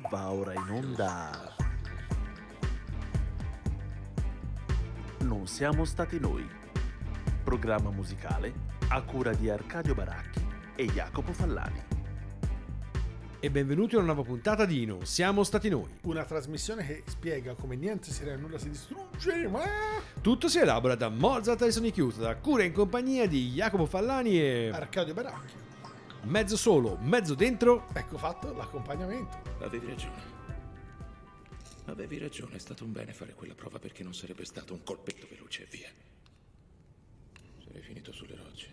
Va ora in onda. Non siamo stati noi. Programma musicale a cura di Arcadio Baracchi e Jacopo Fallani. E benvenuti a una nuova puntata di Non siamo stati noi. Una trasmissione che spiega come niente si crea, nulla si distrugge, ma... Tutto si elabora da Mozart e Sonic Youth, da cura in compagnia di Jacopo Fallani e... Arcadio Baracchi. Mezzo solo, mezzo dentro. Ecco fatto l'accompagnamento. Avevi ragione, è stato un bene fare quella prova perché non sarebbe stato un colpetto veloce e via. Sarei finito sulle rocce.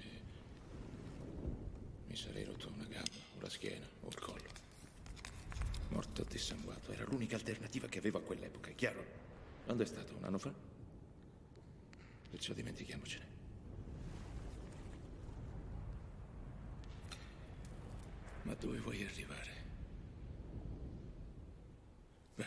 Mi sarei rotto una gamba, o la schiena, o il collo. Morto dissanguato, era l'unica alternativa che avevo a quell'epoca, è chiaro? Quando è stato? Un anno fa? Perciò dimentichiamocene. Ma dove vuoi arrivare? Beh,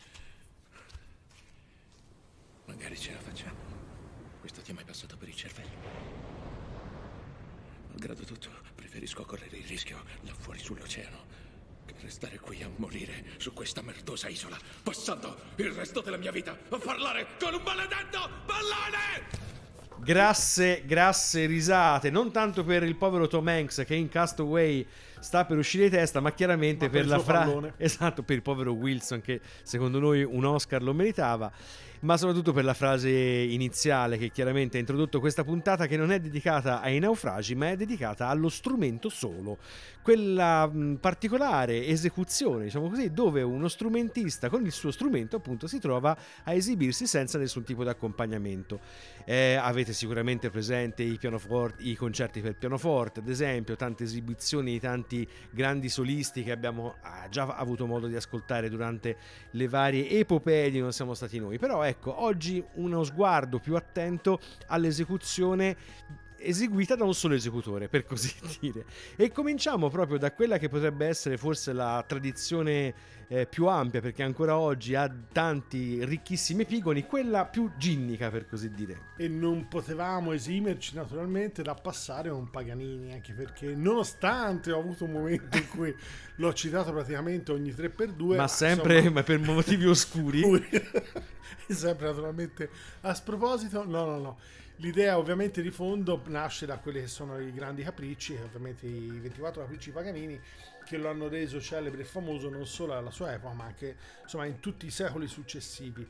magari ce la facciamo. Questo ti è mai passato per il cervello? Malgrado tutto, preferisco correre il rischio là fuori sull'oceano che restare qui a morire su questa merdosa isola, passando il resto della mia vita a parlare con un maledetto pallone! Grasse risate, non tanto per il povero Tom Hanks che in Castaway sta per uscire di testa, ma chiaramente per la frase, esatto, per il povero Wilson che secondo noi un Oscar lo meritava, ma soprattutto per la frase iniziale che chiaramente ha introdotto questa puntata, che non è dedicata ai naufragi ma è dedicata allo strumento solo, quella particolare esecuzione, diciamo così, dove uno strumentista con il suo strumento appunto si trova a esibirsi senza nessun tipo di accompagnamento. Avete sicuramente presente i concerti per pianoforte, ad esempio, tante esibizioni di tanti grandi solisti che abbiamo già avuto modo di ascoltare durante le varie epopee di Non siamo stati noi. Però ecco, oggi uno sguardo più attento all'esecuzione eseguita da un solo esecutore, per così dire, e cominciamo proprio da quella che potrebbe essere forse la tradizione più ampia, perché ancora oggi ha tanti ricchissimi epigoni, quella più ginnica, per così dire. E non potevamo esimerci naturalmente da passare un Paganini, anche perché nonostante ho avuto un momento in cui l'ho citato praticamente ogni 3x2, ma sempre insomma, ma per motivi oscuri sempre naturalmente a sproposito. No, l'idea ovviamente di fondo nasce da quelli che sono i grandi capricci, ovviamente i 24 capricci Paganini, che lo hanno reso celebre e famoso non solo alla sua epoca ma anche insomma in tutti i secoli successivi.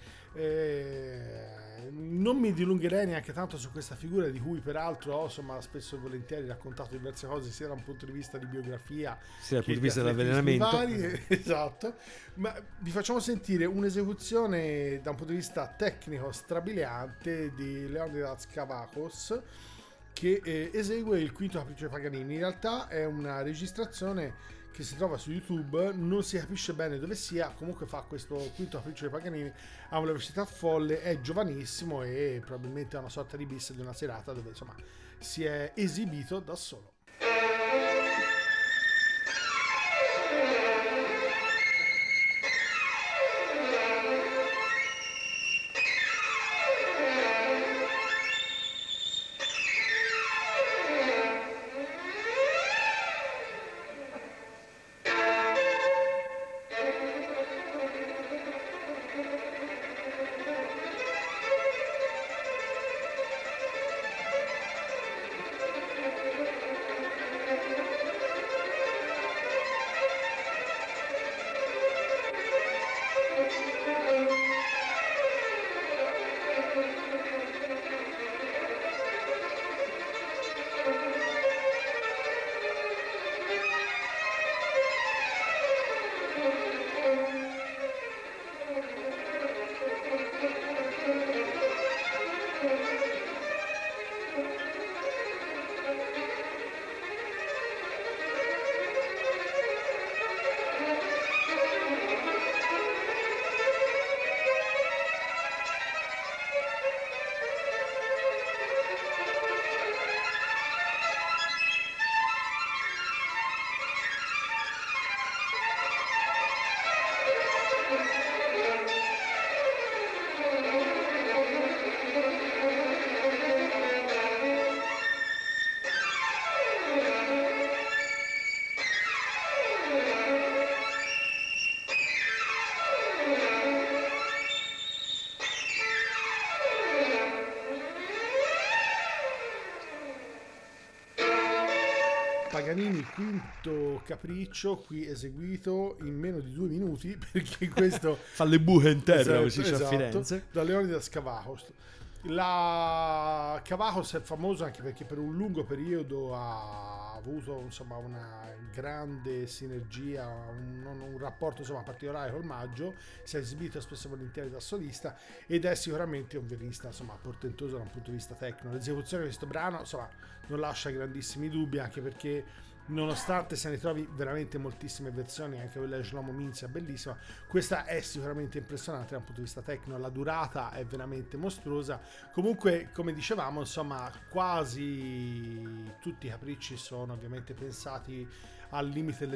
Non mi dilungherei neanche tanto su questa figura, di cui peraltro ho insomma spesso e volentieri raccontato diverse cose sia da un punto di vista di biografia sia dal punto di vista dell'avvelenamento esatto, ma vi facciamo sentire un'esecuzione da un punto di vista tecnico strabiliante di Leonidas Kavakos, che esegue il quinto capriccio di Paganini. In realtà è una registrazione che si trova su YouTube, non si capisce bene dove sia, comunque fa questo quinto capriccio di Paganini a una velocità folle, è giovanissimo e probabilmente è una sorta di bis di una serata dove insomma si è esibito da solo. Paganini, quinto capriccio, qui eseguito in meno di 2 minuti, perché questo fa le buche in terra, esatto, come si dice a esatto, Firenze. da Leonidas Kavakos. La Kavakos è famoso anche perché per un lungo periodo ha avuto insomma una grande sinergia, un rapporto insomma particolare col Maggio, si è esibito spesso e volentieri da solista ed è sicuramente un violista insomma portentoso da un punto di vista tecnico. L'esecuzione di questo brano insomma non lascia grandissimi dubbi, anche perché nonostante se ne trovi veramente moltissime versioni, anche quella di Shlomo Mintz è bellissima, questa è sicuramente impressionante dal punto di vista tecnico, la durata è veramente mostruosa. Comunque, come dicevamo, insomma, quasi tutti i capricci sono ovviamente pensati al limite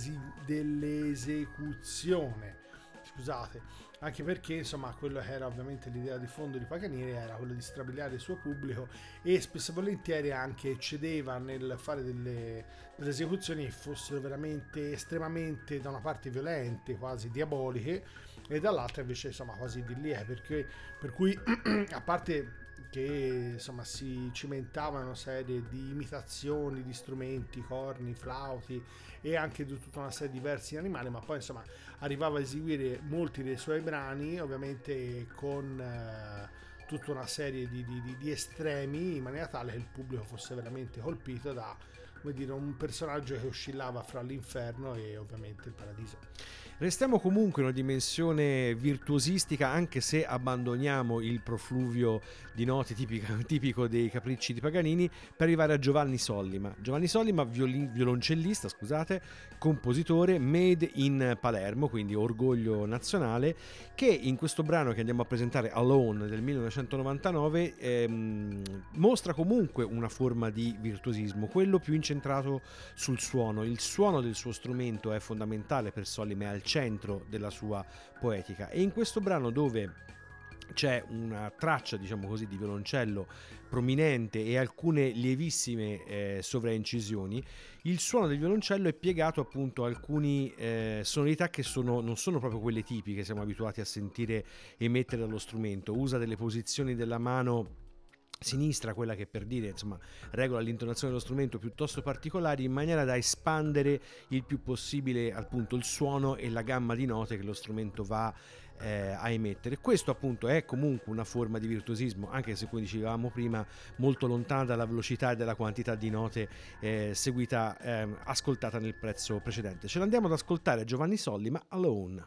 dell'esecuzione, scusate, anche perché insomma quello che era ovviamente l'idea di fondo di Paganini era quello di strabiliare il suo pubblico, e spesso e volentieri anche eccedeva nel fare delle esecuzioni che fossero veramente estremamente, da una parte violente, quasi diaboliche, e dall'altra invece insomma quasi idilliache, perché per cui a parte che insomma si cimentava una serie di imitazioni di strumenti, corni, flauti e anche di tutta una serie di versi animali, ma poi insomma arrivava a eseguire molti dei suoi brani ovviamente con tutta una serie di estremi, in maniera tale che il pubblico fosse veramente colpito da, come dire, un personaggio che oscillava fra l'inferno e ovviamente il paradiso. Restiamo comunque in una dimensione virtuosistica, anche se abbandoniamo il profluvio di note tipico dei capricci di Paganini, per arrivare a Giovanni Sollima. Giovanni Sollima, violoncellista, scusate, compositore, made in Palermo, quindi orgoglio nazionale, che in questo brano che andiamo a presentare, Alone del 1999, mostra comunque una forma di virtuosismo, quello più incentrato sul suono. Il suono del suo strumento è fondamentale per Sollima, è al centro della sua poetica, e in questo brano, dove c'è una traccia, diciamo così, di violoncello prominente e alcune lievissime sovraincisioni, il suono del violoncello è piegato appunto a alcune sonorità che non sono proprio quelle tipiche siamo abituati a sentire emettere dallo strumento. Usa delle posizioni della mano sinistra, quella che, per dire, insomma, regola l'intonazione dello strumento, piuttosto particolari, in maniera da espandere il più possibile appunto il suono e la gamma di note che lo strumento va a emettere. Questo appunto è comunque una forma di virtuosismo, anche se, come dicevamo prima, molto lontana dalla velocità e dalla quantità di note ascoltata nel pezzo precedente. Ce l'andiamo ad ascoltare, Giovanni Sollima, Alone.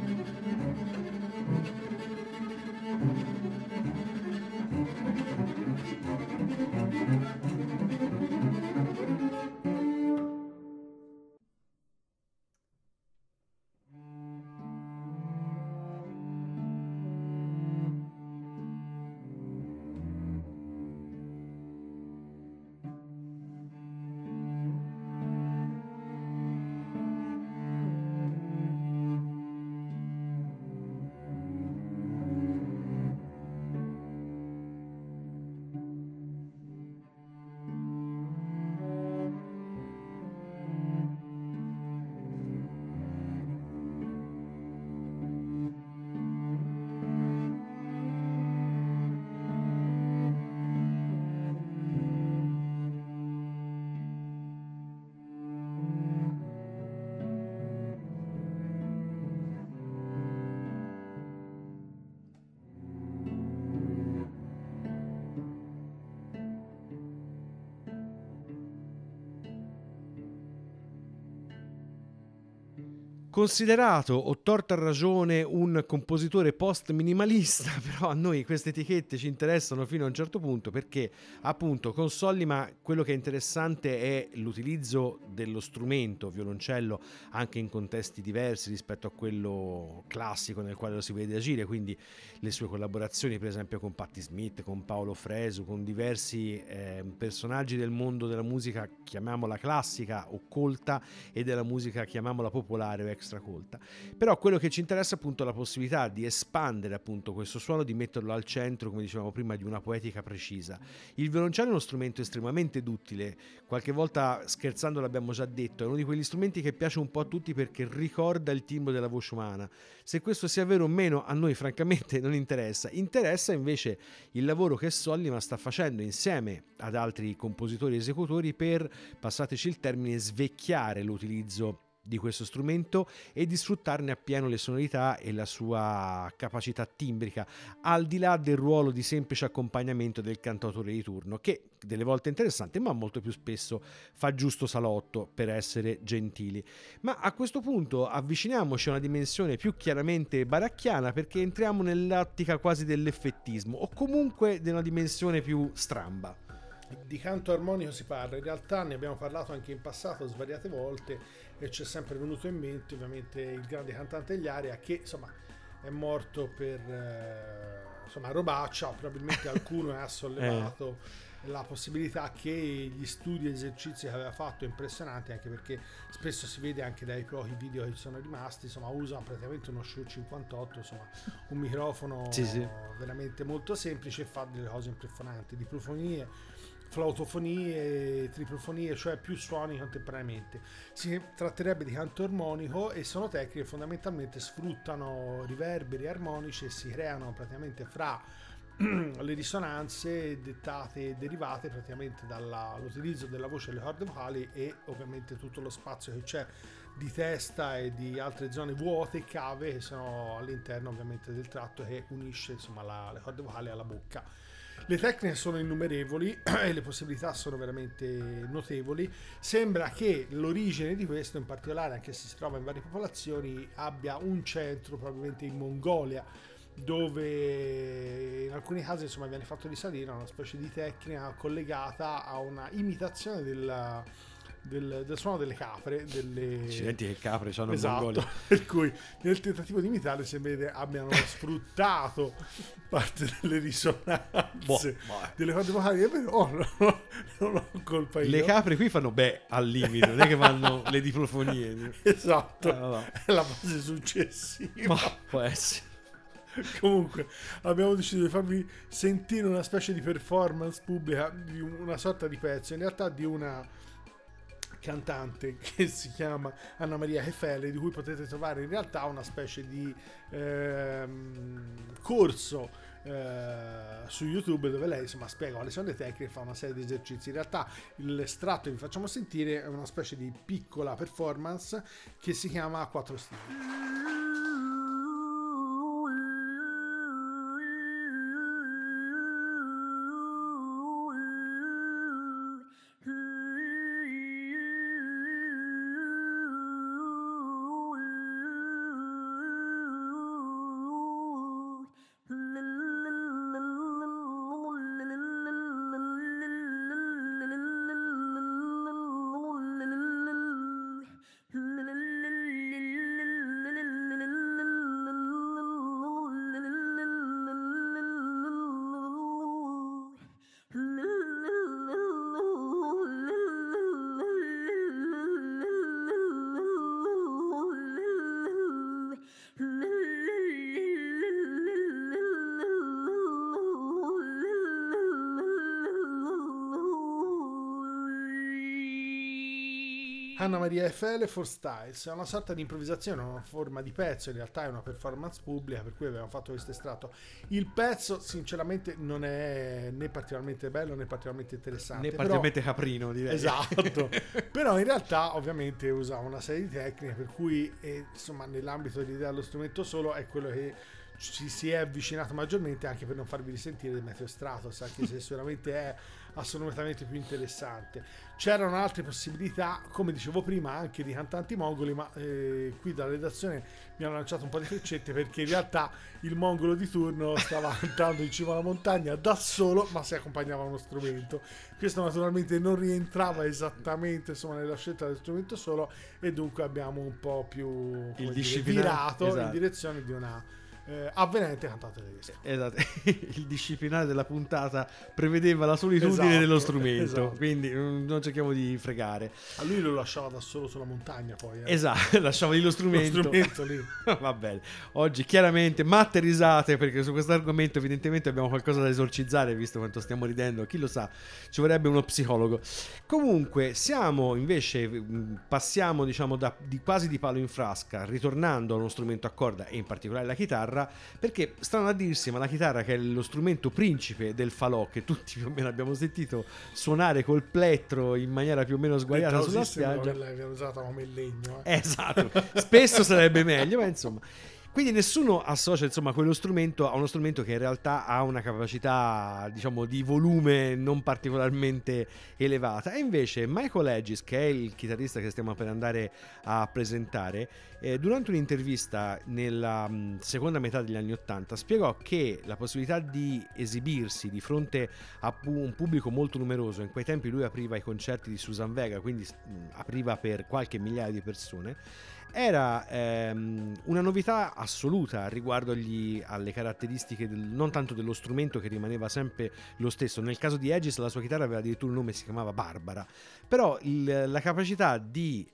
Considerato, o torto a ragione, un compositore post-minimalista, però a noi queste etichette ci interessano fino a un certo punto, perché appunto con Sollima quello che è interessante è l'utilizzo dello strumento violoncello anche in contesti diversi rispetto a quello classico nel quale lo si vede agire, quindi le sue collaborazioni per esempio con Patti Smith, con Paolo Fresu, con diversi personaggi del mondo della musica, chiamiamola classica o colta, e della musica, chiamiamola popolare o extracolta. Però quello che ci interessa appunto è la possibilità di espandere appunto questo suono, di metterlo al centro, come dicevamo prima, di una poetica precisa. Il violoncello è uno strumento estremamente duttile, qualche volta scherzando l'abbiamo già detto, è uno di quegli strumenti che piace un po' a tutti perché ricorda il timbro della voce umana. Se questo sia vero o meno a noi francamente non interessa. Interessa invece il lavoro che Sollima sta facendo insieme ad altri compositori e esecutori per, passateci il termine, svecchiare l'utilizzo di questo strumento e di sfruttarne appieno le sonorità e la sua capacità timbrica, al di là del ruolo di semplice accompagnamento del cantautore di turno, che delle volte è interessante ma molto più spesso fa giusto salotto, per essere gentili. Ma a questo punto avviciniamoci a una dimensione più chiaramente baracchiana, perché entriamo nell'ottica quasi dell'effettismo, o comunque di una dimensione più stramba. Di canto armonico si parla, in realtà ne abbiamo parlato anche in passato svariate volte e ci è sempre venuto in mente ovviamente il grande cantante degli Aria, che insomma è morto per insomma robaccia, probabilmente qualcuno ha sollevato la possibilità che gli studi e esercizi che aveva fatto impressionanti, anche perché spesso si vede anche dai pochi video che ci sono rimasti, insomma usa praticamente uno Shure 58, insomma un microfono veramente molto semplice, e fa delle cose impressionanti, di profonie, flautofonie, triprofonie, cioè più suoni contemporaneamente. Si tratterebbe di canto armonico e sono tecniche che fondamentalmente sfruttano riverberi armonici e si creano praticamente fra le risonanze dettate e derivate praticamente dall'utilizzo della voce e le corde vocali, e ovviamente tutto lo spazio che c'è di testa e di altre zone vuote, cave, che sono all'interno ovviamente del tratto che unisce insomma le corde vocali alla bocca. Le tecniche sono innumerevoli e le possibilità sono veramente notevoli. Sembra che l'origine di questo, in particolare anche se si trova in varie popolazioni, abbia un centro probabilmente in Mongolia, dove in alcuni casi insomma viene fatto risalire a una specie di tecnica collegata a una imitazione del suono delle capre, accidenti, che capre c'hanno in esatto, Mongolia. per cui nel tentativo di imitare sembra abbiano sfruttato parte delle risonanze delle corde vocali, però non ho colpa io. Le capre qui fanno al limite, non è che fanno le diplofonie. Esatto, no. È la fase successiva. Ma può essere. Comunque abbiamo deciso di farvi sentire una specie di performance pubblica di una sorta di pezzo, in realtà di una cantante che si chiama Anna Maria Hefele, di cui potete trovare in realtà una specie di corso su YouTube, dove lei insomma spiega quali sono le tecniche e fa una serie di esercizi. In realtà l'estratto che vi facciamo sentire è una specie di piccola performance che si chiama A Quattro Stili. Anna Maria Efele for Styles è una sorta di improvvisazione, una forma di pezzo, in realtà è una performance pubblica, per cui abbiamo fatto questo estratto. Il pezzo sinceramente non è né particolarmente bello né particolarmente interessante, né particolarmente caprino, direi. Esatto. Però in realtà ovviamente usa una serie di tecniche, per cui insomma nell'ambito dell'idea dello strumento solo è quello che ci si è avvicinato maggiormente, anche per non farvi risentire del Meteo Stratos, anche se sicuramente è assolutamente più interessante. C'erano altre possibilità, come dicevo prima, anche di cantanti mongoli, ma qui dalla redazione mi hanno lanciato un po' di freccette, perché in realtà il mongolo di turno stava cantando in cima alla montagna da solo, ma si accompagnava a uno strumento. Questo naturalmente non rientrava esattamente, insomma, nella scelta del strumento solo, e dunque abbiamo un po' più virato, esatto, in direzione di una avvenente cantante tedesca. Esatto. Il disciplinare della puntata prevedeva la solitudine dello strumento, esatto. Quindi non cerchiamo di fregare. A lui lo lasciava da solo sulla montagna poi. Esatto, lasciava lì lo strumento lì. Va bene. Oggi chiaramente matte risate, perché su questo argomento evidentemente abbiamo qualcosa da esorcizzare, visto quanto stiamo ridendo. Chi lo sa, ci vorrebbe uno psicologo. Comunque siamo invece, passiamo diciamo quasi di palo in frasca, ritornando a uno strumento a corda, e in particolare la chitarra, perché strano a dirsi, ma la chitarra, che è lo strumento principe del falò, che tutti più o meno abbiamo sentito suonare col plettro in maniera più o meno sguaiata sulla spiaggia, l'abbiamo usata come il legno. Esatto, spesso sarebbe meglio, ma insomma. Quindi nessuno associa insomma quello strumento a uno strumento che in realtà ha una capacità, diciamo, di volume non particolarmente elevata. E invece Michael Hedges, che è il chitarrista che stiamo per andare a presentare, durante un'intervista nella seconda metà degli anni '80 spiegò che la possibilità di esibirsi di fronte a un pubblico molto numeroso, in quei tempi lui apriva i concerti di Susan Vega, quindi apriva per qualche migliaia di persone, era una novità assoluta riguardo alle caratteristiche non tanto dello strumento, che rimaneva sempre lo stesso. Nel caso di Hedges la sua chitarra aveva addirittura un nome, si chiamava Barbara, però la capacità di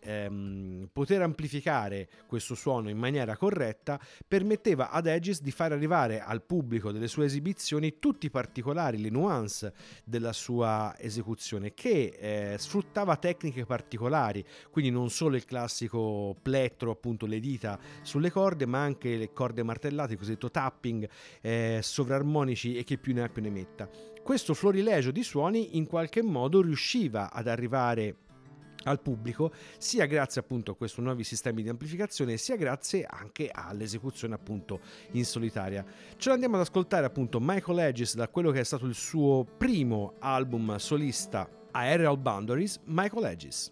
poter amplificare questo suono in maniera corretta permetteva ad Hedges di far arrivare al pubblico delle sue esibizioni tutti i particolari, le nuance della sua esecuzione, che sfruttava tecniche particolari, quindi non solo il classico plettro, appunto le dita sulle corde, ma anche le corde martellate, il cosiddetto tapping, sovrarmonici e che più ne ha più ne metta. Questo florilegio di suoni in qualche modo riusciva ad arrivare al pubblico, sia grazie appunto a questi nuovi sistemi di amplificazione, sia grazie anche all'esecuzione appunto in solitaria. Ce lo andiamo ad ascoltare appunto Michael Hedges da quello che è stato il suo primo album solista, Aerial Boundaries, Michael Hedges.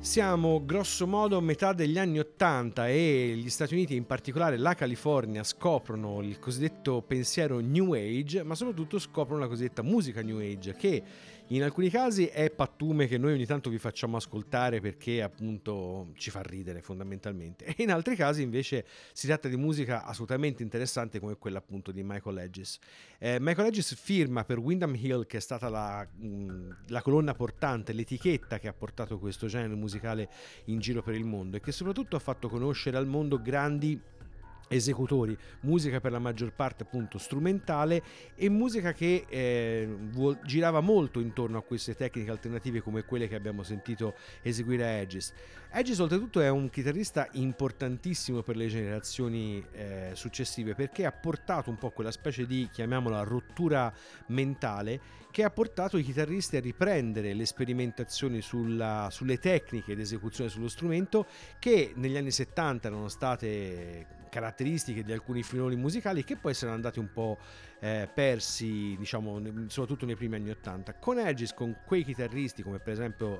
Siamo grosso modo a metà degli anni 80 e gli Stati Uniti, in particolare la California, scoprono il cosiddetto pensiero New Age, ma soprattutto scoprono la cosiddetta musica New Age, che in alcuni casi è pattume che noi ogni tanto vi facciamo ascoltare perché appunto ci fa ridere fondamentalmente, e in altri casi invece si tratta di musica assolutamente interessante come quella appunto di Michael Hedges. Michael Hedges firma per Windham Hill, che è stata la colonna portante, l'etichetta che ha portato questo genere musicale in giro per il mondo e che soprattutto ha fatto conoscere al mondo grandi esecutori, musica per la maggior parte appunto strumentale e musica che girava molto intorno a queste tecniche alternative come quelle che abbiamo sentito eseguire a Hedges. Hedges oltretutto è un chitarrista importantissimo per le generazioni successive, perché ha portato un po' quella specie di, chiamiamola, rottura mentale che ha portato i chitarristi a riprendere le sperimentazioni sulle tecniche di esecuzione sullo strumento, che negli anni 70 erano state caratteristiche di alcuni filoni musicali che poi sono andati un po' persi, diciamo, soprattutto nei primi anni 80. Con Hedges, con quei chitarristi come per esempio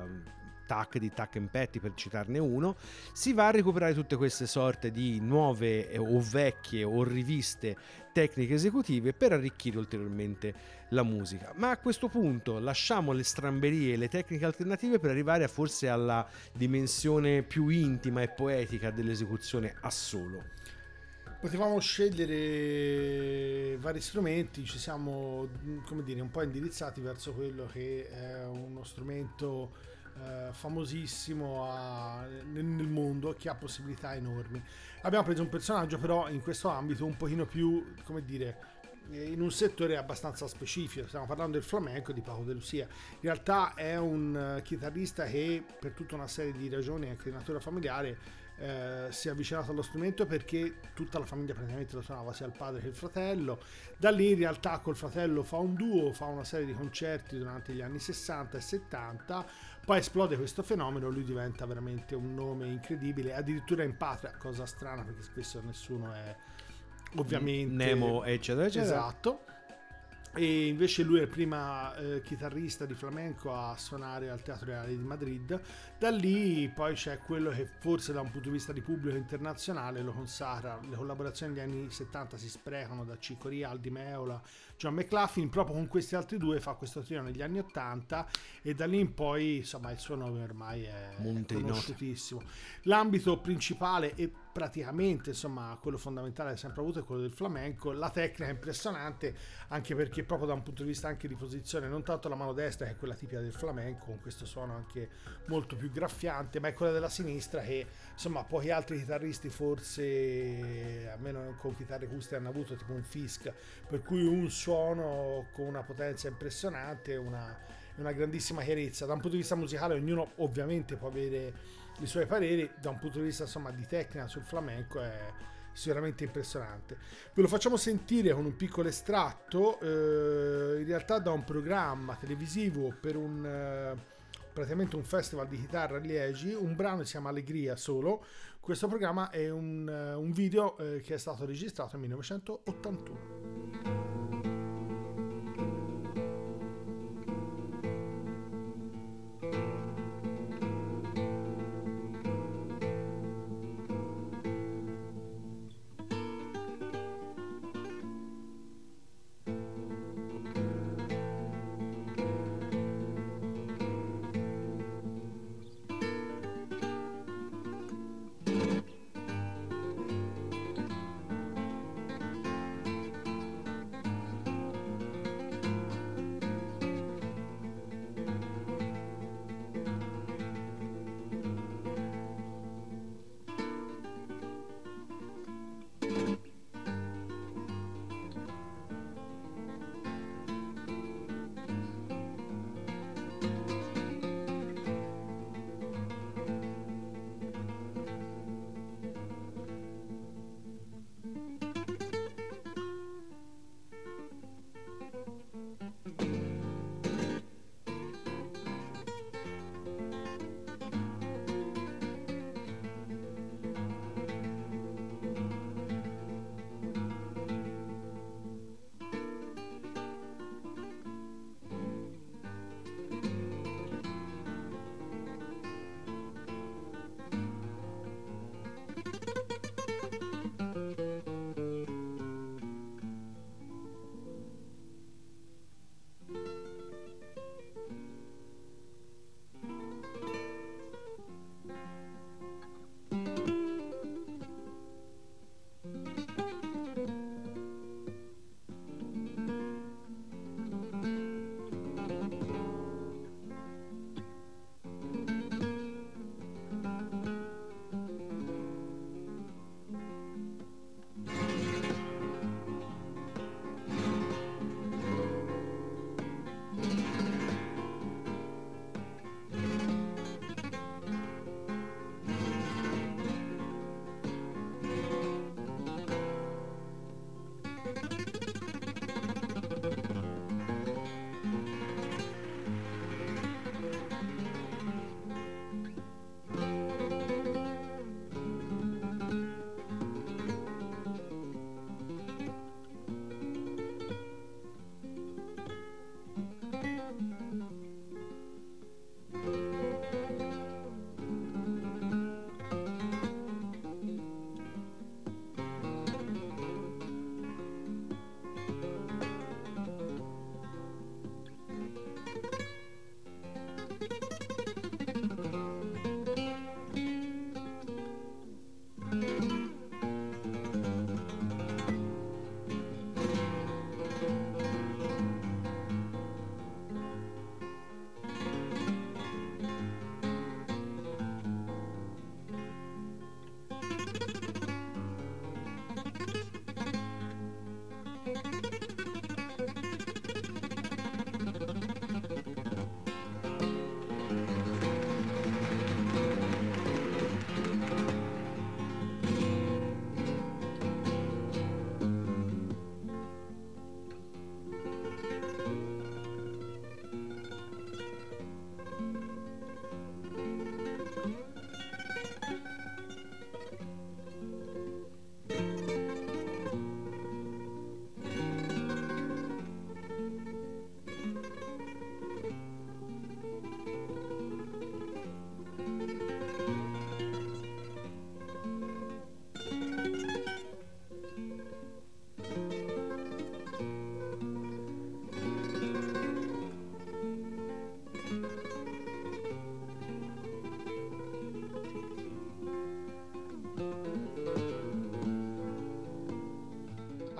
Tuck di Tuck and Petty, per citarne uno, si va a recuperare tutte queste sorte di nuove o vecchie o riviste tecniche esecutive per arricchire ulteriormente la musica. Ma a questo punto lasciamo le stramberie e le tecniche alternative per arrivare forse alla dimensione più intima e poetica dell'esecuzione a solo. Potevamo scegliere vari strumenti, ci siamo, come dire, un po' indirizzati verso quello che è uno strumento famosissimo nel mondo, che ha possibilità enormi. Abbiamo preso un personaggio però in questo ambito un pochino più, come dire, in un settore abbastanza specifico. Stiamo parlando del flamenco di Paco de Lucia. In realtà è un chitarrista che per tutta una serie di ragioni anche di natura familiare si è avvicinato allo strumento perché tutta la famiglia praticamente lo suonava, sia il padre che il fratello. Da lì in realtà col fratello fa un duo, fa una serie di concerti durante gli anni 60 e 70, poi esplode questo fenomeno, lui diventa veramente un nome incredibile, addirittura in patria, cosa strana perché spesso nessuno è ovviamente Nemo eccetera eccetera. Esatto. E invece lui è il prima chitarrista di flamenco a suonare al Teatro Reale di Madrid. Da lì poi c'è quello che forse da un punto di vista di pubblico internazionale lo consacra. Le collaborazioni degli anni 70 si sprecano, da Chico Rea, Aldi Meola, John McLaughlin. Proprio con questi altri due fa questo trio negli anni 80 e da lì in poi insomma il suo nome ormai è conosciutissimo. L'ambito principale e praticamente insomma quello fondamentale che sempre avuto è quello del flamenco. La tecnica è impressionante, anche perché proprio da un punto di vista anche di posizione, non tanto la mano destra che è quella tipica del flamenco con questo suono anche molto più graffiante, ma è quella della sinistra che insomma pochi altri chitarristi forse, almeno con chitarre acustiche, hanno avuto, tipo un Fisk, per cui un suono con una potenza impressionante, una grandissima chiarezza. Da un punto di vista musicale ognuno ovviamente può avere i suoi pareri, da un punto di vista insomma di tecnica sul flamenco è sicuramente impressionante. Ve lo facciamo sentire con un piccolo estratto in realtà da un programma televisivo per praticamente un festival di chitarra a Liegi. Un brano si chiama Allegria Solo. Questo programma è un video che è stato registrato nel 1981.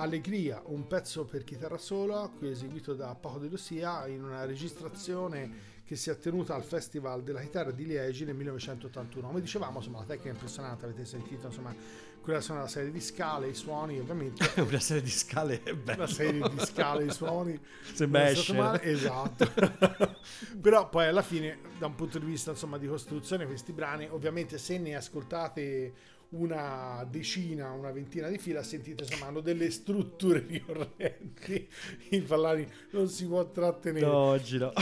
Allegria, un pezzo per chitarra sola, qui eseguito da Paco de Lucia in una registrazione che si è tenuta al Festival della chitarra di Liegi nel 1981. Come dicevamo, insomma, la tecnica è impressionante, avete sentito, insomma, quella sono una serie di scale, i suoni, ovviamente. Una serie di scale è bella. Una serie di scale, i suoni. Sembra esatto. Però poi alla fine, da un punto di vista, insomma, di costruzione, questi brani, ovviamente se ne ascoltate una decina, una ventina di fila, sentite, insomma, hanno delle strutture ricorrenti. I Fallani non si può trattenere. No, oggi no.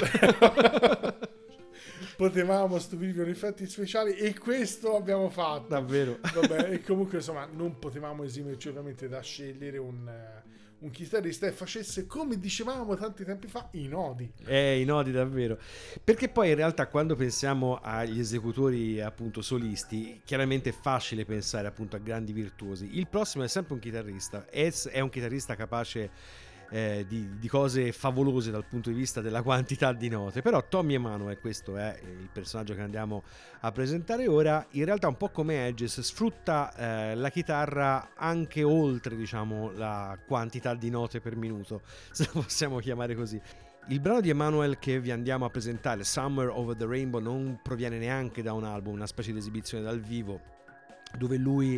Potevamo stupirvi con effetti speciali e questo abbiamo fatto. Davvero. Vabbè, e comunque, insomma, non potevamo esimerci ovviamente da scegliere un chitarrista e facesse, come dicevamo tanti tempi fa, i nodi. I nodi, davvero. Perché poi in realtà quando pensiamo agli esecutori appunto solisti, chiaramente è facile pensare appunto a grandi virtuosi. Il prossimo è sempre un chitarrista, è un chitarrista capace di cose favolose dal punto di vista della quantità di note. Però Tommy Emmanuel, questo è il personaggio che andiamo a presentare ora, in realtà un po' come Hedges sfrutta la chitarra anche oltre, diciamo, la quantità di note per minuto, se la possiamo chiamare così. Il brano di Emmanuel che vi andiamo a presentare, Somewhere Over the Rainbow, non proviene neanche da un album, una specie di esibizione dal vivo dove lui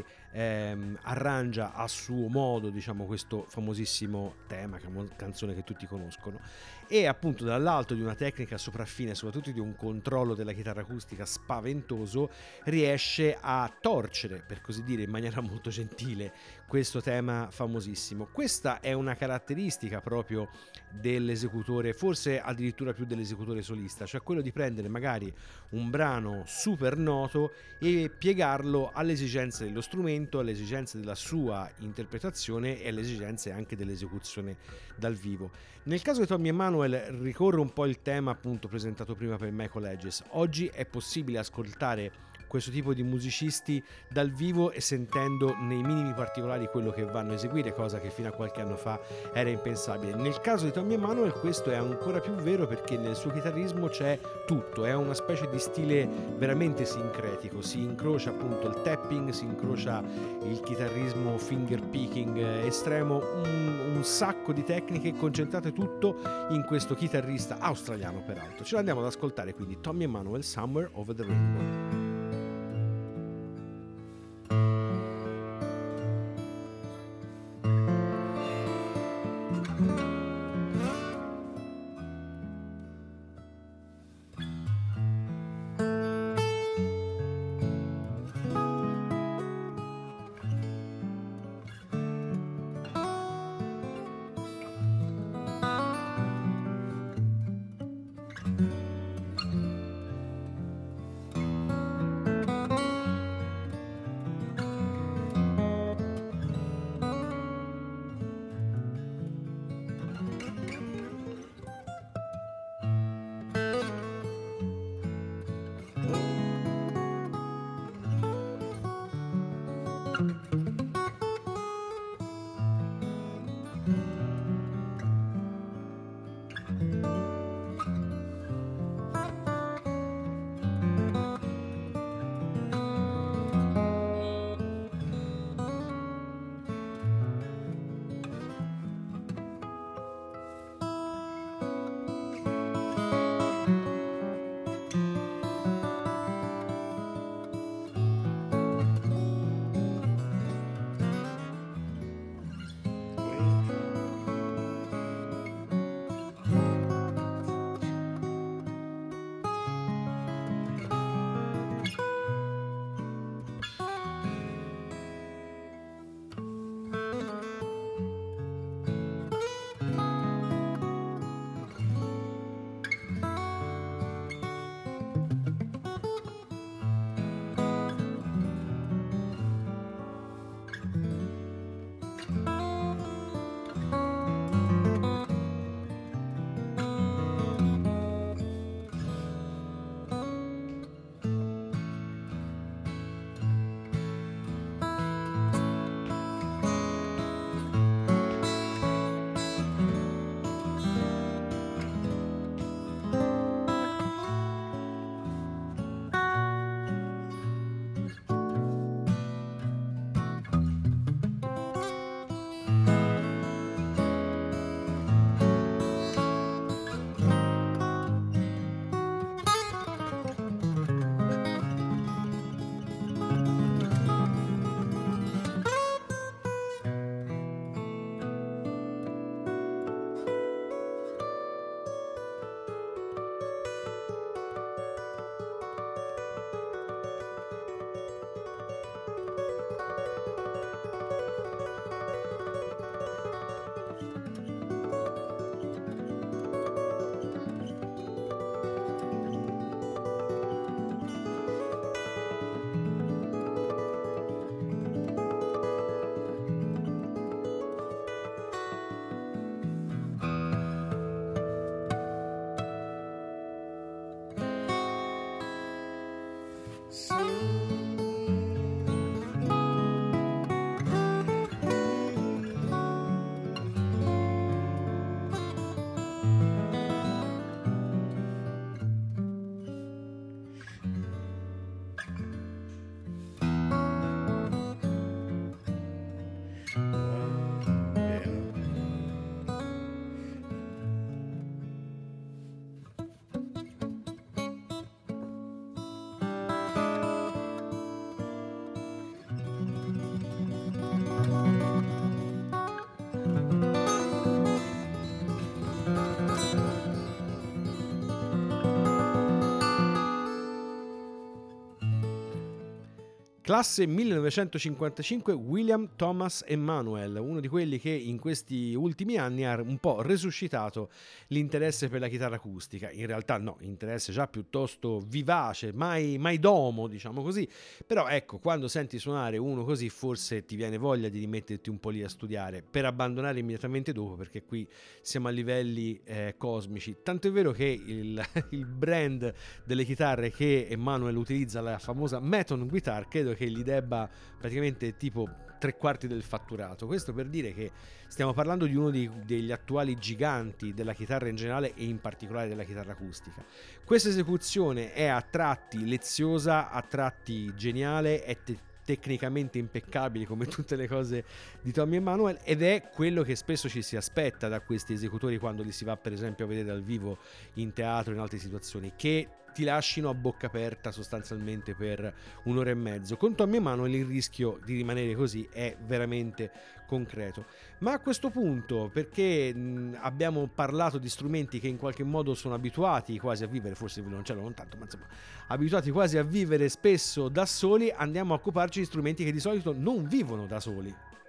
arrangia a suo modo, diciamo, questo famosissimo tema, canzone che tutti conoscono, e appunto dall'alto di una tecnica sopraffine, soprattutto di un controllo della chitarra acustica spaventoso, riesce a torcere, per così dire, in maniera molto gentile questo tema famosissimo. Questa è una caratteristica proprio dell'esecutore, forse addirittura più dell'esecutore solista, cioè quello di prendere magari un brano super noto e piegarlo alle esigenze dello strumento, alle esigenze della sua interpretazione e alle esigenze anche dell'esecuzione dal vivo. Nel caso di Tommy Emmanuel ricorre un po' il tema appunto presentato prima per Michael Hedges. Oggi è possibile ascoltare questo tipo di musicisti dal vivo e sentendo nei minimi particolari quello che vanno a eseguire, cosa che fino a qualche anno fa era impensabile. Nel caso di Tommy Emmanuel questo è ancora più vero, perché nel suo chitarrismo c'è tutto, è una specie di stile veramente sincretico, si incrocia appunto il tapping, si incrocia il chitarrismo finger picking estremo, un sacco di tecniche concentrate tutto in questo chitarrista australiano peraltro. Ce l'andiamo ad ascoltare quindi, Tommy Emmanuel, Somewhere Over the Rainbow. Classe 1955, William Thomas Emanuel, uno di quelli che in questi ultimi anni ha un po' resuscitato l'interesse per la chitarra acustica. In realtà no, interesse già piuttosto vivace, mai domo, diciamo così. Però ecco, quando senti suonare uno così forse ti viene voglia di rimetterti un po' lì a studiare, per abbandonare immediatamente dopo, perché qui siamo a livelli cosmici. Tanto è vero che il brand delle chitarre che Emanuel utilizza, la famosa Meton Guitar, credo che gli debba praticamente tipo 3/4 del fatturato. Questo per dire che stiamo parlando di uno degli attuali giganti della chitarra in generale e in particolare della chitarra acustica. Questa esecuzione è a tratti leziosa, a tratti geniale, è tecnicamente impeccabile come tutte le cose di Tommy Emmanuel, ed è quello che spesso ci si aspetta da questi esecutori quando li si va per esempio a vedere dal vivo in teatro, in altre situazioni, che ti lascino a bocca aperta sostanzialmente per un'ora e mezzo. Con Tommy Emmanuel il rischio di rimanere così è veramente concreto. Ma a questo punto, perché abbiamo parlato di strumenti che in qualche modo sono abituati quasi a vivere, forse il violoncello non tanto, ma insomma abituati quasi a vivere spesso da soli, andiamo a occuparci di strumenti che di solito non vivono da soli.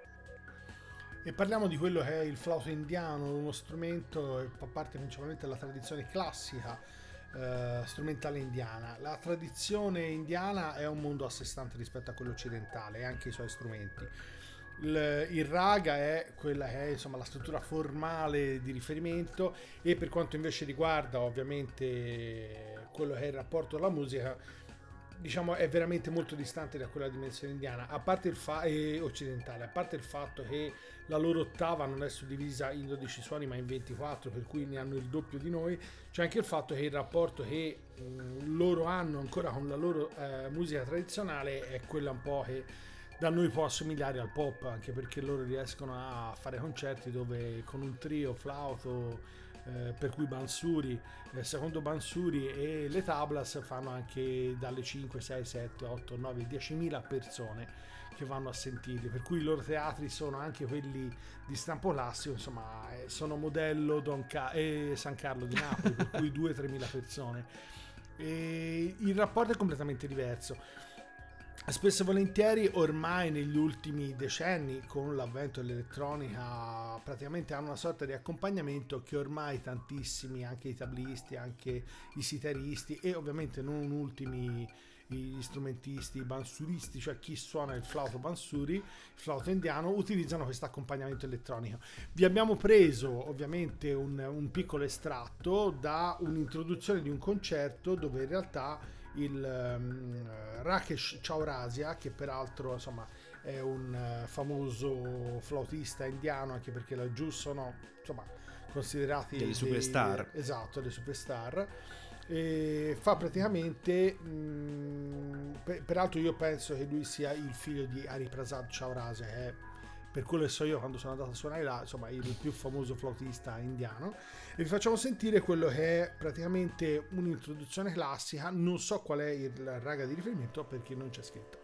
E parliamo di quello che è il flauto indiano, uno strumento che fa parte principalmente della tradizione classica strumentale indiana. La tradizione indiana è un mondo a sé stante rispetto a quello occidentale e anche i suoi strumenti. Il raga è quella che è insomma la struttura formale di riferimento, e per quanto invece riguarda ovviamente quello che è il rapporto alla musica, diciamo è veramente molto distante da quella dimensione indiana, a parte occidentale, a parte il fatto che la loro ottava non è suddivisa in 12 suoni ma in 24, per cui ne hanno il doppio di noi. C'è anche il fatto che il rapporto che loro hanno ancora con la loro musica tradizionale è quella un po' che da noi può assomigliare al pop, anche perché loro riescono a fare concerti dove con un trio, flauto, per cui Bansuri, secondo Bansuri e le tablas fanno anche dalle 5, 6, 7, 8, 9, 10.000 persone che vanno a sentirli, per cui i loro teatri sono anche quelli di stampo classico, insomma sono modello San Carlo di Napoli, per cui 2-3.000 persone, e il rapporto è completamente diverso. Spesso e volentieri ormai negli ultimi decenni con l'avvento dell'elettronica praticamente hanno una sorta di accompagnamento che ormai tantissimi, anche i tablisti, anche i sitaristi e ovviamente non ultimi gli strumentisti, i bansuristi, cioè chi suona il flauto bansuri, il flauto indiano, utilizzano questo accompagnamento elettronico. Vi abbiamo preso ovviamente un piccolo estratto da un'introduzione di un concerto dove in realtà il Rakesh Chaurasia, che peraltro insomma è un famoso flautista indiano, anche perché laggiù sono insomma considerati delle superstar, esatto, delle superstar, e fa praticamente peraltro io penso che lui sia il figlio di Hariprasad Chaurasia, che è, per quello che so io quando sono andato a suonare là, insomma il più famoso flautista indiano, e vi facciamo sentire quello che è praticamente un'introduzione classica. Non so qual è il raga di riferimento perché non c'è scritto.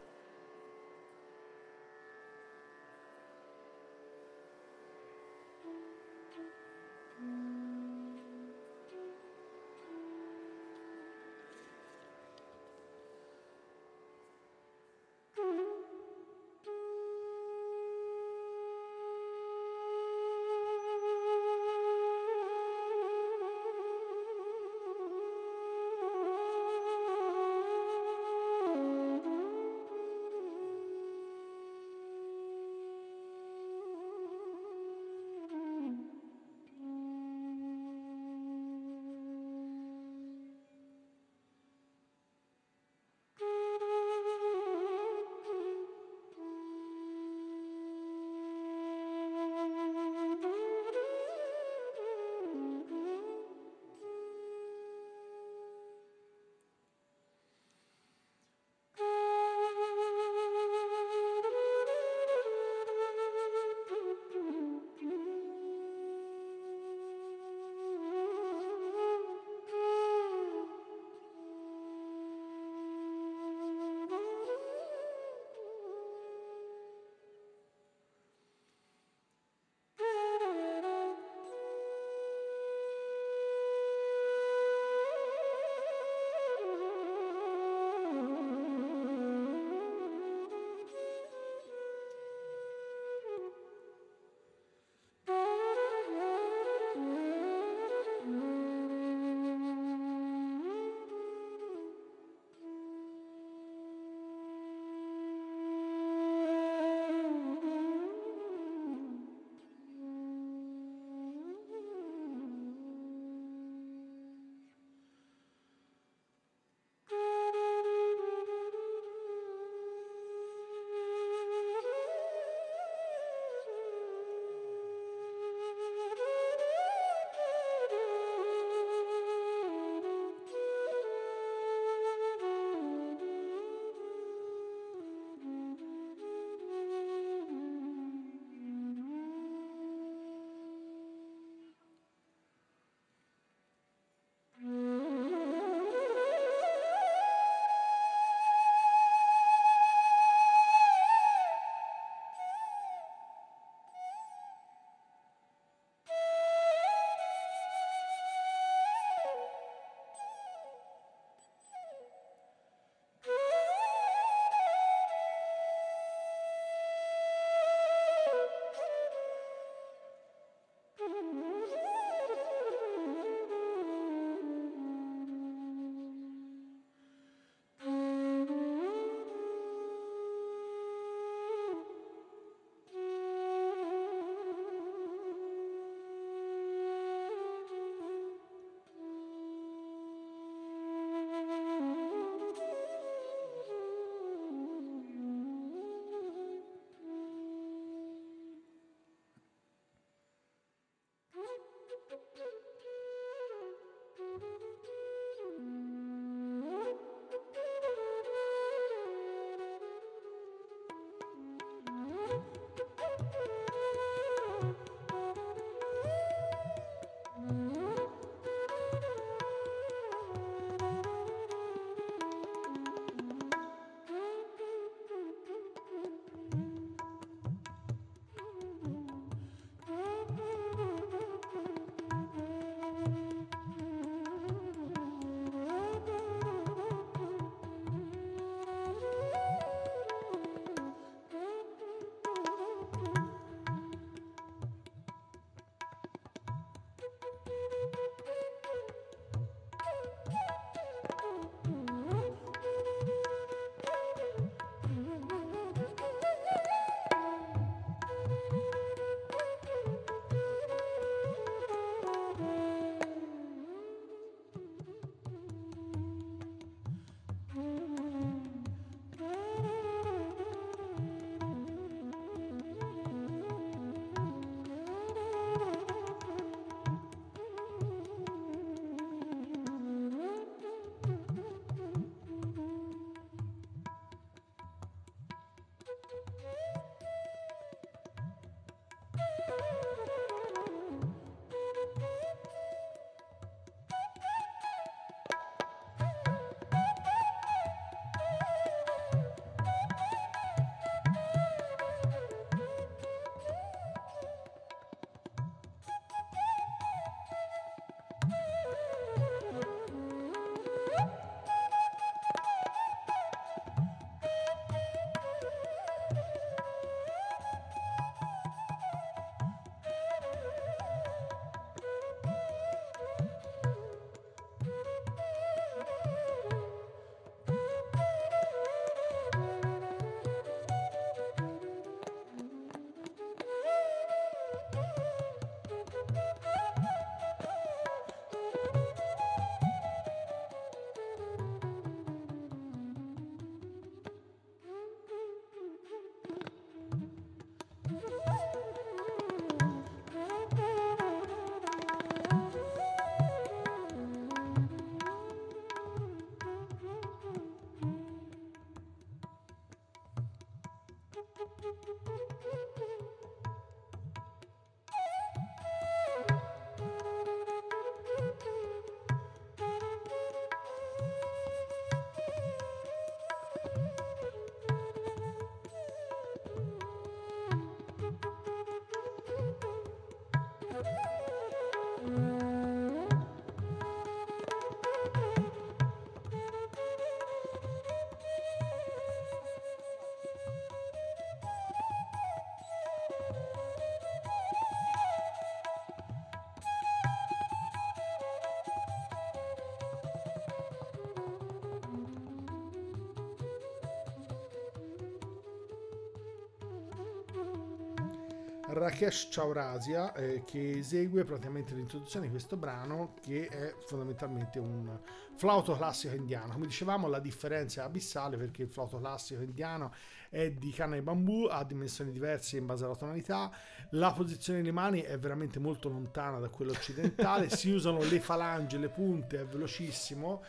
Rakesh Chaurasia che esegue praticamente l'introduzione di questo brano, che è fondamentalmente un flauto classico indiano. Come dicevamo, la differenza è abissale, perché il flauto classico indiano è di canna di bambù, ha dimensioni diverse in base alla tonalità, la posizione delle mani è veramente molto lontana da quella occidentale, si usano le falangi, le punte, è velocissimo,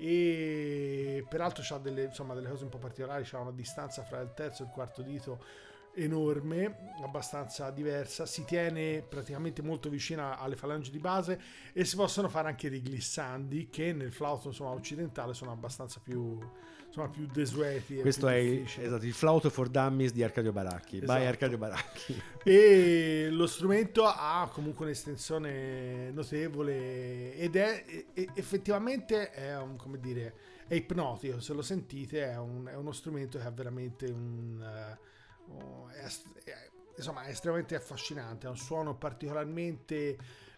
e peraltro c'ha delle cose un po' particolari. C'ha una distanza fra il terzo e il quarto dito enorme, abbastanza diversa, si tiene praticamente molto vicina alle falangi di base, e si possono fare anche dei glissandi che nel flauto occidentale sono abbastanza più desueti. Questo è il flauto for dummies di Arcadio Baracchi. Esatto. By Arcadio Baracchi. E lo strumento ha comunque un'estensione notevole ed è effettivamente è ipnotico. Se lo sentite è uno strumento che ha veramente è estremamente affascinante, ha un suono particolarmente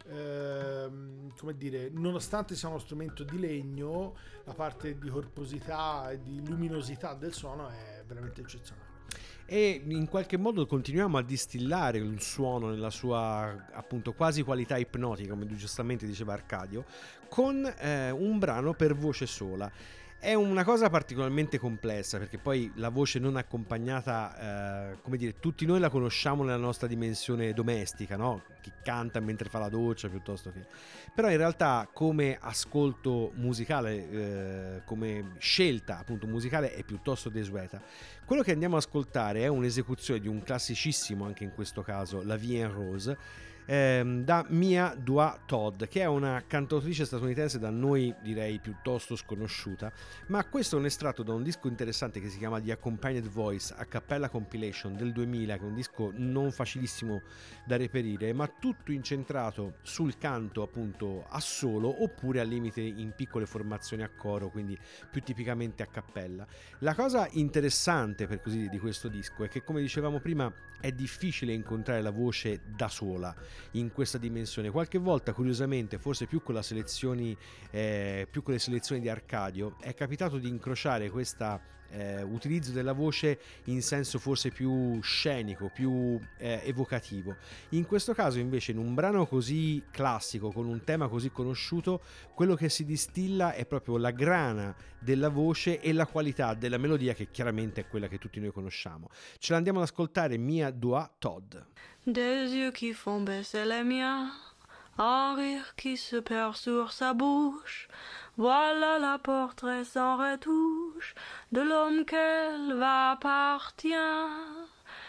nonostante sia uno strumento di legno, la parte di corposità e di luminosità del suono è veramente eccezionale. E in qualche modo continuiamo a distillare il suono nella sua appunto quasi qualità ipnotica, come giustamente diceva Arcadio, con un brano per voce sola. È una cosa particolarmente complessa, perché poi la voce non accompagnata, come dire, tutti noi la conosciamo nella nostra dimensione domestica, no? Chi canta mentre fa la doccia piuttosto che... Però in realtà come ascolto musicale, come scelta appunto musicale è piuttosto desueta. Quello che andiamo ad ascoltare è un'esecuzione di un classicissimo, anche in questo caso, La Vie en Rose, da Mia Dua Todd, che è una cantautrice statunitense da noi direi piuttosto sconosciuta, ma questo è un estratto da un disco interessante che si chiama The Accompanied Voice a cappella compilation del 2000, che è un disco non facilissimo da reperire, ma tutto incentrato sul canto appunto a solo, oppure al limite in piccole formazioni a coro, quindi più tipicamente a cappella. La cosa interessante per così dire di questo disco è che, come dicevamo prima, è difficile incontrare la voce da sola in questa dimensione. Qualche volta, curiosamente, forse più con le selezioni di Arcadio, è capitato di incrociare questa utilizzo della voce in senso forse più scenico, più evocativo. In questo caso invece, in un brano così classico, con un tema così conosciuto, quello che si distilla è proprio la grana della voce e la qualità della melodia, che chiaramente è quella che tutti noi conosciamo. Ce l'andiamo ad ascoltare, Mia Dua Todd. Des yeux qui font baisser les miens, un rire qui se perd sur sa bouche. Voilà la portrait sans retouche de l'homme qu'elle va appartient.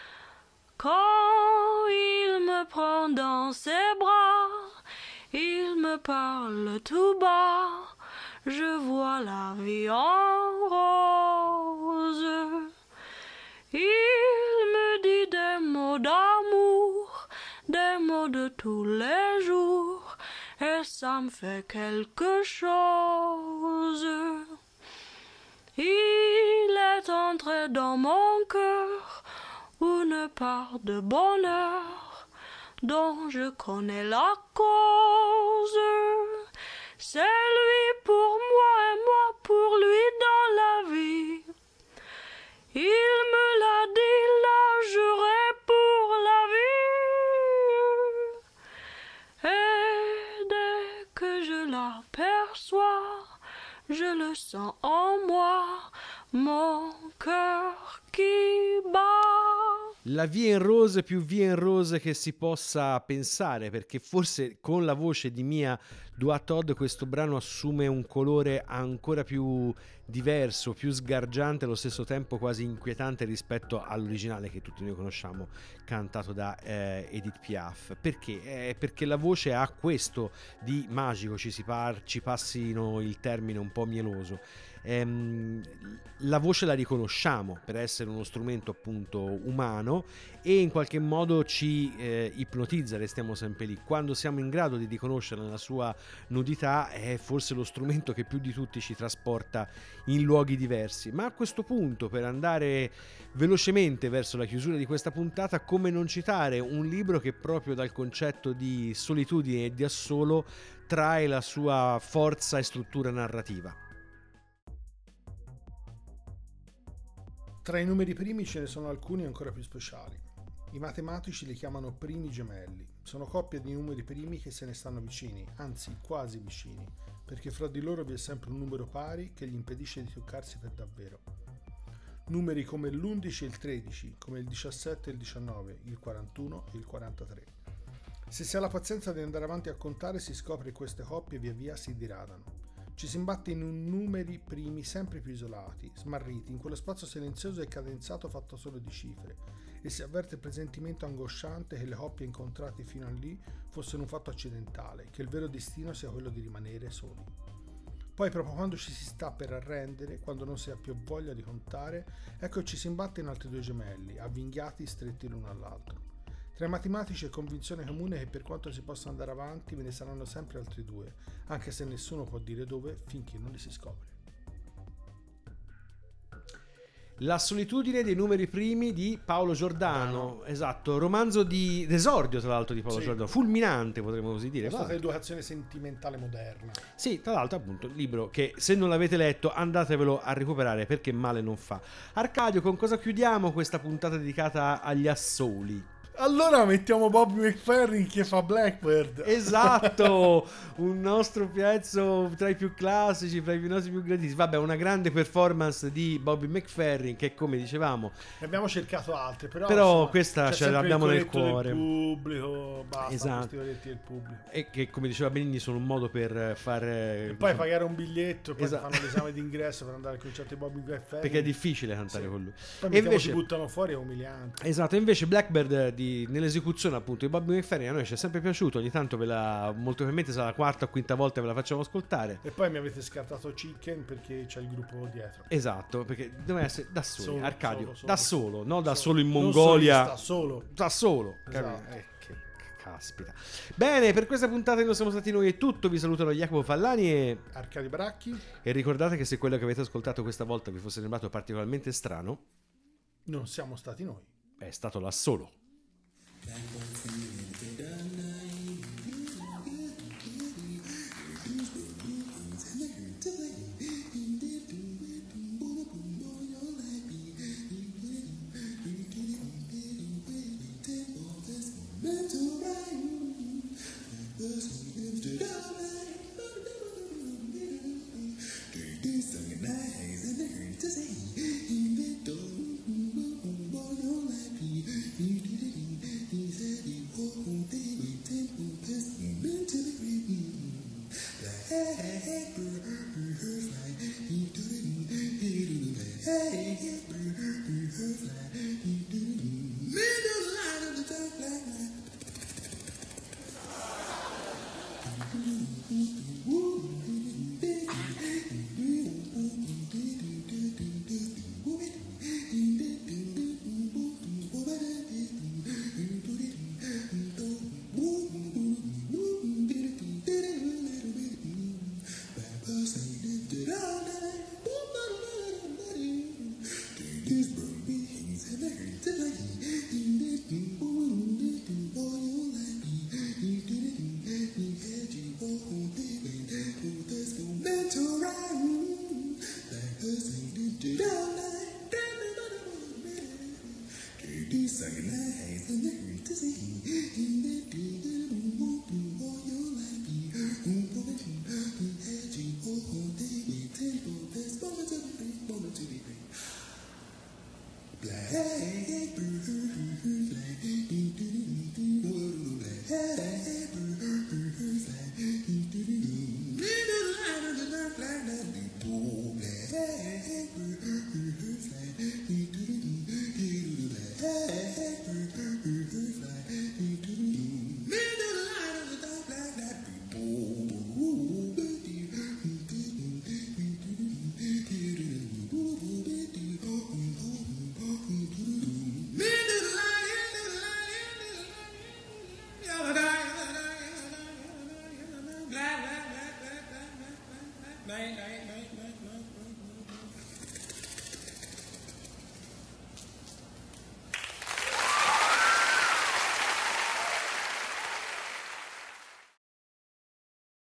Quand il me prend dans ses bras, il me parle tout bas, je vois la vie en rose. Il me dit des mots d'amour, des mots de tous les jours, et ça me fait quelque chose. Il est entré dans mon cœur une part de bonheur dont je connais la cause. C'est lui pour moi et moi pour lui dans la vie. Il me l'a dit, l'a juré pour la vie. Et dès que je l'aperçois, je le sens en moi, mon cœur qui bat. La Vie en Rose più Vie en Rose che si possa pensare, perché forse con la voce di Mia Dua Todd questo brano assume un colore ancora più diverso, più sgargiante, allo stesso tempo quasi inquietante rispetto all'originale che tutti noi conosciamo, cantato da Edith Piaf. Perché? Perché la voce ha questo di magico, ci passino il termine un po' mieloso. La voce la riconosciamo per essere uno strumento appunto umano e in qualche modo ci ipnotizza, restiamo sempre lì. Quando siamo in grado di riconoscerla nella sua nudità è forse lo strumento che più di tutti ci trasporta in luoghi diversi. Ma a questo punto, per andare velocemente verso la chiusura di questa puntata, come non citare un libro che proprio dal concetto di solitudine e di assolo trae la sua forza e struttura narrativa. Tra i numeri primi ce ne sono alcuni ancora più speciali. I matematici li chiamano primi gemelli. Sono coppie di numeri primi che se ne stanno vicini, anzi quasi vicini, perché fra di loro vi è sempre un numero pari che gli impedisce di toccarsi per davvero. Numeri come l'11 e il 13, come il 17 e il 19, il 41 e il 43. Se si ha la pazienza di andare avanti a contare, si scopre che queste coppie via via si diradano. Ci si imbatte in un numeri primi sempre più isolati, smarriti, in quello spazio silenzioso e cadenzato fatto solo di cifre, e si avverte il presentimento angosciante che le coppie incontrate fino a lì fossero un fatto accidentale, che il vero destino sia quello di rimanere soli. Poi, proprio quando ci si sta per arrendere, quando non si ha più voglia di contare, ecco ci si imbatte in altri due gemelli, avvinghiati stretti l'uno all'altro. Tra i matematici è convinzione comune che per quanto si possa andare avanti ve ne saranno sempre altri due, anche se nessuno può dire dove finché non li si scopre. La solitudine dei numeri primi di Paolo Giordano, esatto, romanzo d'esordio tra l'altro di Paolo Giordano, fulminante potremmo così dire. È stata educazione sentimentale moderna. Sì, tra l'altro appunto libro che se non l'avete letto andatevelo a recuperare perché male non fa. Arcadio, con cosa chiudiamo questa puntata dedicata agli assoli? Allora mettiamo Bobby McFerrin che fa Blackbird. Esatto, un nostro pezzo tra i più classici, tra i nostri più graditi. Vabbè, una grande performance di Bobby McFerrin che, come dicevamo, Ne abbiamo cercato altre, però insomma, questa ce l'abbiamo nel corretto cuore. del pubblico, basta, Esatto. questi coretti del pubblico. E che, come diceva Benigni, sono un modo per fare... E poi pagare un biglietto, poi Esatto. fanno l'esame d'ingresso per andare al concerto di Bobby McFerrin. Perché è difficile cantare Sì. con lui. Poi E invece ti buttano fuori, è umiliante. esatto, invece Blackbird nell'esecuzione appunto di Bobby McFerrin a noi ci è sempre piaciuto, ogni tanto molto probabilmente sarà la quarta o quinta volta ve la facciamo ascoltare. E poi mi avete scartato Chicken perché c'è il gruppo dietro. Esatto, perché deve essere da soli, Solo, Arcadio, solo. da solo, no da solo in Non Mongolia, solista, solo. da solo, Esatto. capito? Che caspita. Bene, per questa puntata non siamo stati noi, è tutto, vi salutano Jacopo Fallani Arcadio Baracchi. e ricordate che se quello che avete ascoltato questa volta vi fosse sembrato particolarmente strano, Non siamo stati noi. è stato là solo. Night, night, night, night, night.